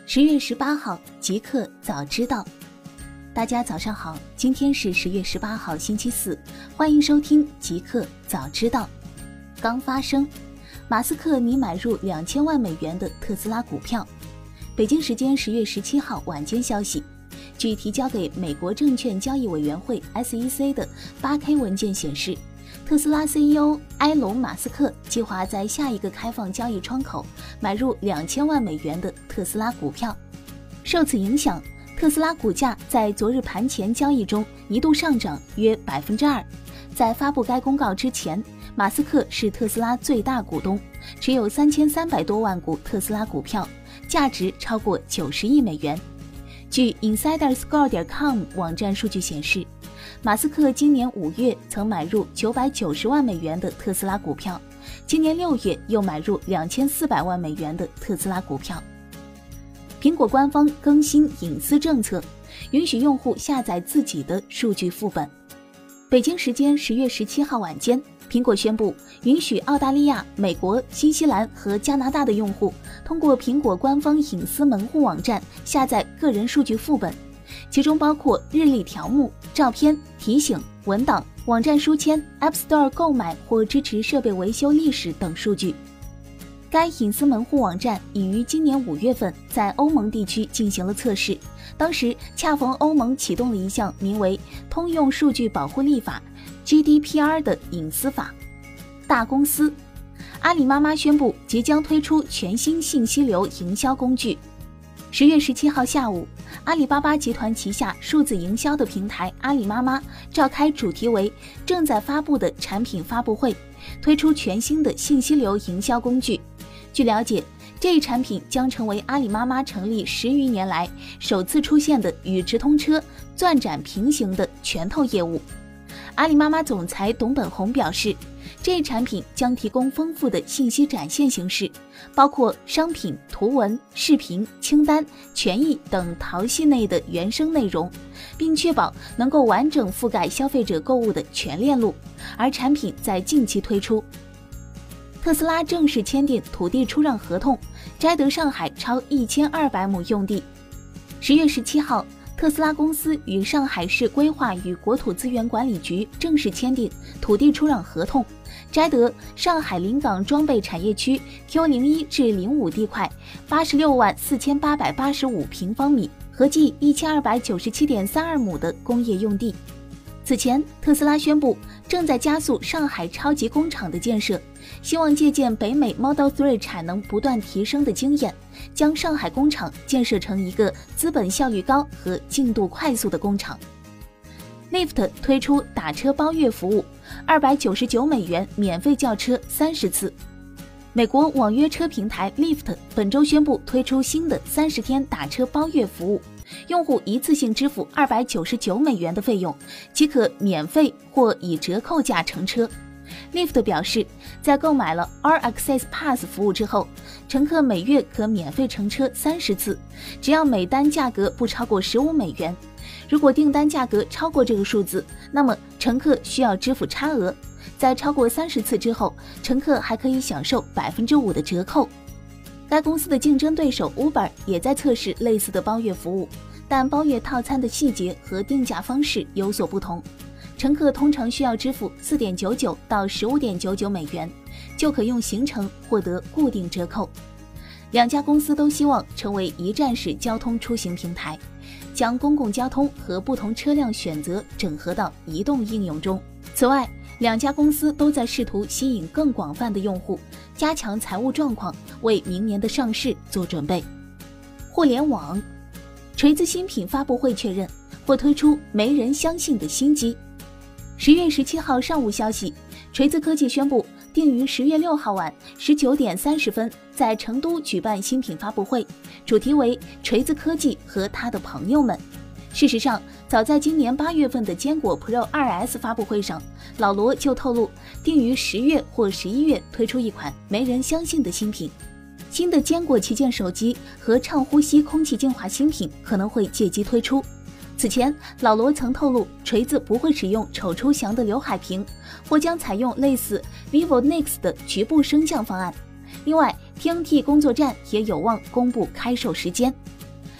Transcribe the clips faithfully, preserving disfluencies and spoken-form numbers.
十月十八号，极客早知道。大家早上好，今天是十月十八号，星期四，欢迎收听极客早知道。刚发生，马斯克拟买入两千万美元的特斯拉股票。北京时间十月十七号晚间消息，据提交给美国证券交易委员会 S E C 的 八 K 文件显示，特斯拉 C E O 埃隆·马斯克计划在下一个开放交易窗口买入两千万美元的特斯拉股票。受此影响，特斯拉股价在昨日盘前交易中一度上涨约 百分之二。在发布该公告之前，马斯克是特斯拉最大股东，持有三千三百多万股特斯拉股票，价值超过九十亿美元。据 Insider Score 点 com 网站数据显示，马斯克今年五月曾买入九百九十万美元的特斯拉股票，今年六月又买入两千四百万美元的特斯拉股票。苹果官方更新隐私政策，允许用户下载自己的数据副本。北京时间十月十七号晚间，苹果宣布允许澳大利亚、美国、新西兰和加拿大的用户通过苹果官方隐私门户网站下载个人数据副本，其中包括日历条目、照片、提醒、文档、网站书签、App Store 购买或支持设备维修历史等数据。该隐私门户网站已于今年五月份在欧盟地区进行了测试，当时恰逢欧盟启动了一项名为《通用数据保护立法》G D P R 的隐私法。大公司阿里妈妈宣布即将推出全新信息流营销工具。十月十七号下午，阿里巴巴集团旗下数字营销的平台阿里妈妈召开主题为“正在发布的产品发布会”，推出全新的信息流营销工具。据了解，这一产品将成为阿里妈妈成立十余年来首次出现的与直通车钻展平行的全透业务。阿里妈妈总裁董本红表示，这一产品将提供丰富的信息展现形式，包括商品、图文、视频、清单、权益等淘系内的原生内容，并确保能够完整覆盖消费者购物的全链路，而产品在近期推出。特斯拉正式签订土地出让合同，摘得上海超一千二百亩用地。十月十七号，特斯拉公司与上海市规划与国土资源管理局正式签订土地出让合同，摘得上海临港装备产业区 Q 零一至零五地块八十六万四千八百八十五平方米，合计一千二百九十七点三二亩的工业用地。此前，特斯拉宣布正在加速上海超级工厂的建设，希望借鉴北美 Model 三产能不断提升的经验，将上海工厂建设成一个资本效率高和进度快速的工厂。Lyft 推出打车包月服务，二百九十九美元免费叫车三十次。美国网约车平台 Lyft 本周宣布推出新的三十天打车包月服务，用户一次性支付二百九十九美元的费用，即可免费或以折扣价乘车。Lyft 表示，在购买了 All Access Pass 服务之后，乘客每月可免费乘车三十次，只要每单价格不超过十五美元。如果订单价格超过这个数字，那么乘客需要支付差额。在超过三十次之后，乘客还可以享受 百分之五 的折扣。该公司的竞争对手 Uber 也在测试类似的包月服务，但包月套餐的细节和定价方式有所不同。乘客通常需要支付 四点九九 到 十五点九九美元，就可用行程获得固定折扣。两家公司都希望成为一站式交通出行平台，将公共交通和不同车辆选择整合到移动应用中。此外，两家公司都在试图吸引更广泛的用户，加强财务状况，为明年的上市做准备。互联网，锤子新品发布会确认或推出没人相信的新机。十月十七号上午消息，锤子科技宣布定于十月六号晚十九点三十分在成都举办新品发布会，主题为锤子科技和他的朋友们。事实上，早在今年八月份的坚果 Pro 二 S 发布会上，老罗就透露定于十月或十一月推出一款没人相信的新品。新的坚果旗舰手机和畅呼吸空气净化新品可能会借机推出。此前，老罗曾透露，锤子不会使用丑出翔的刘海屏，或将采用类似 vivo Nex 的局部升降方案。另外 ，T N T 工作站也有望公布开售时间。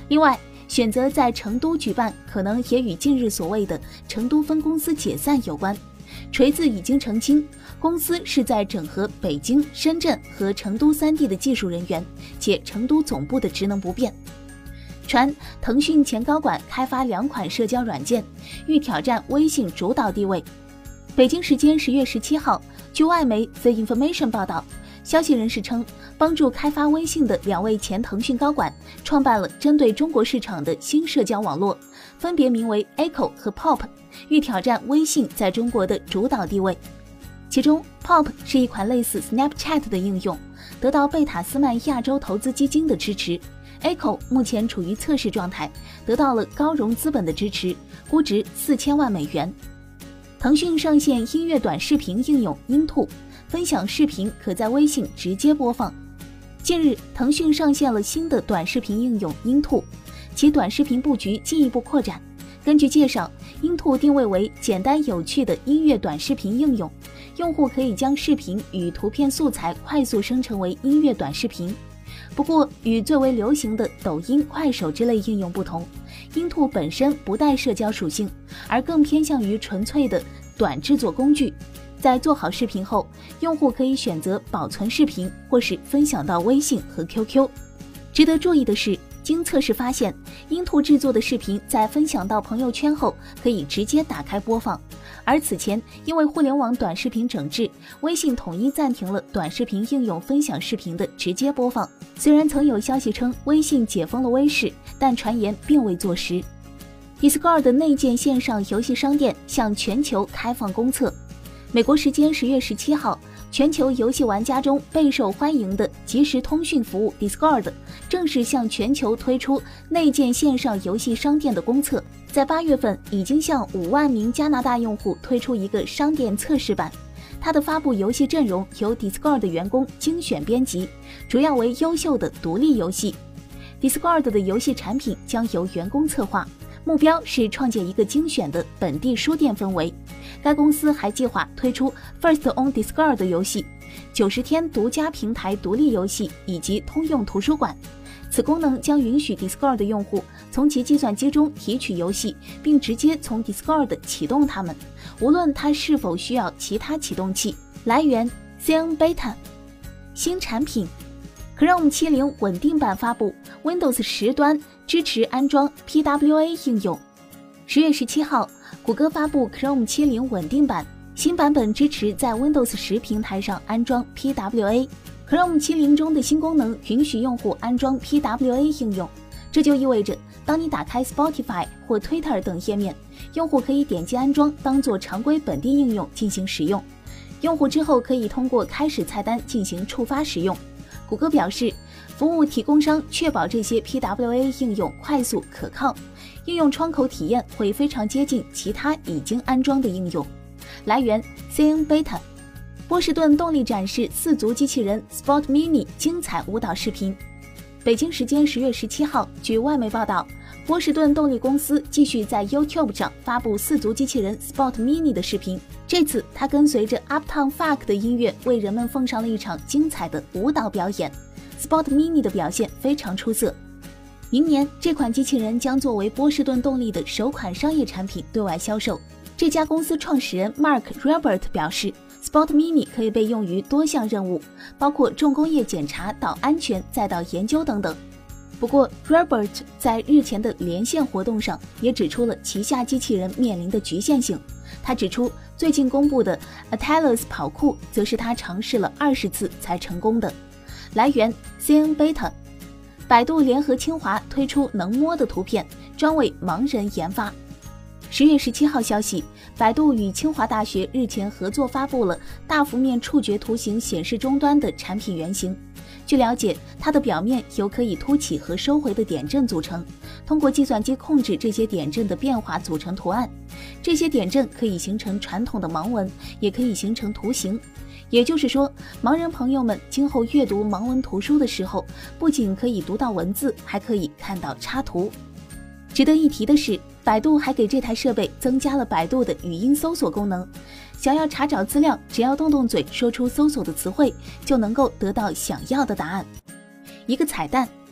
另外，选择在成都举办，可能也与近日所谓的成都分公司解散有关。锤子已经澄清，公司是在整合北京、深圳和成都三地的技术人员，且成都总部的职能不变。传腾讯前高管开发两款社交软件，欲挑战微信主导地位。北京时间十月十七号，据外媒 The Information 报道，消息人士称，帮助开发微信的两位前腾讯高管创办了针对中国市场的新社交网络，分别名为 Echo 和 Pop， 欲挑战微信在中国的主导地位。其中 Pop 是一款类似 Snapchat 的应用，得到贝塔斯曼亚洲投资基金的支持。Echo 目前处于测试状态，得到了高融资本的支持，估值四千万美元。腾讯上线音乐短视频应用音兔，分享视频可在微信直接播放。近日，腾讯上线了新的短视频应用音兔，其短视频布局进一步扩展。根据介绍，音兔定位为简单有趣的音乐短视频应用，用户可以将视频与图片素材快速生成为音乐短视频。不过，与最为流行的抖音、快手之类应用不同，音兔本身不带社交属性，而更偏向于纯粹的短制作工具。在做好视频后，用户可以选择保存视频，或是分享到微信和 Q Q。值得注意的是，经测试发现，音兔制作的视频在分享到朋友圈后，可以直接打开播放。而此前因为互联网短视频整治，微信统一暂停了短视频应用分享视频的直接播放。虽然曾有消息称微信解封了微视，但传言并未坐实。Discord 的内建线上游戏商店向全球开放公测。美国时间十月十七号，全球游戏玩家中备受欢迎的即时通讯服务 Discord 正式向全球推出内建线上游戏商店的公测。在八月份已经向五万名加拿大用户推出一个商店测试版，它的发布游戏阵容由 Discord 的员工精选编辑，主要为优秀的独立游戏。Discord 的游戏产品将由员工策划，目标是创建一个精选的本地书店氛围。该公司还计划推出 First on Discord 的游戏、九十天独家平台独立游戏以及通用图书馆。此功能将允许 Discord 的用户从其计算机中提取游戏，并直接从 Discord 启动它们，无论它是否需要其他启动器。来源 C N Beta。 新产品 Chrome 七零稳定版发布， Windows 十端支持安装 P W A 应用。十月十七号，谷歌发布 Chrome 七零稳定版，新版本支持在 Windows 十平台上安装 P W A。Chrome 七零中的新功能允许用户安装 P W A 应用，这就意味着当你打开 Spotify 或 Twitter 等页面，用户可以点击安装当做常规本地应用进行使用。用户之后可以通过开始菜单进行触发使用。谷歌表示，服务提供商确保这些 P W A 应用快速可靠，应用窗口体验会非常接近其他已经安装的应用。来源 C N Beta。波士顿动力展示四足机器人 Spot Mini 精彩舞蹈视频。北京时间十月十七号，据外媒报道，波士顿动力公司继续在 YouTube 上发布四足机器人 Spot Mini 的视频。这次，它跟随着 Uptown Funk 的音乐，为人们奉上了一场精彩的舞蹈表演。Spot Mini 的表现非常出色。明年，这款机器人将作为波士顿动力的首款商业产品对外销售。这家公司创始人 Mark Robert 表示，Spot Mini 可以被用于多项任务，包括重工业检查到安全再到研究等等。不过 Robert 在日前的连线活动上也指出了旗下机器人面临的局限性。他指出，最近公布的 Atlas 跑酷则是他尝试了二十次才成功的。来源 C N Beta。 百度联合清华推出能摸的图片，专为盲人研发。十月十七号消息，百度与清华大学日前合作发布了大幅面触觉图形显示终端的产品原型。据了解，它的表面由可以凸起和收回的点阵组成，通过计算机控制这些点阵的变化组成图案。这些点阵可以形成传统的盲文，也可以形成图形。也就是说，盲人朋友们今后阅读盲文图书的时候，不仅可以读到文字，还可以看到插图。值得一提的是，百度还给这台设备增加了百度的语音搜索功能。想要查找资料，只要动动嘴说出搜索的词汇，就能够得到想要的答案。一个彩蛋，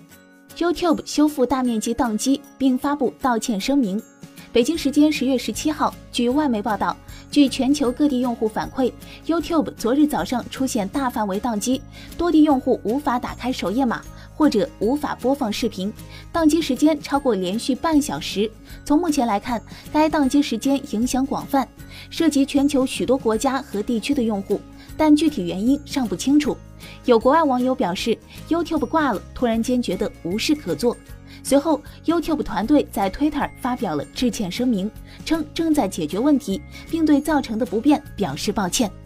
YouTube 修复大面积宕机，并发布道歉声明。北京时间十月十七号，据外媒报道，据全球各地用户反馈 ，YouTube 昨日早上出现大范围宕机，多地用户无法打开首页码，或者无法播放视频，宕机时间超过连续半小时。从目前来看，该宕机时间影响广泛，涉及全球许多国家和地区的用户，但具体原因尚不清楚。有国外网友表示 ，YouTube 挂了，突然间觉得无事可做。随后 ，YouTube 团队在 Twitter 发表了致歉声明，称正在解决问题，并对造成的不便表示抱歉。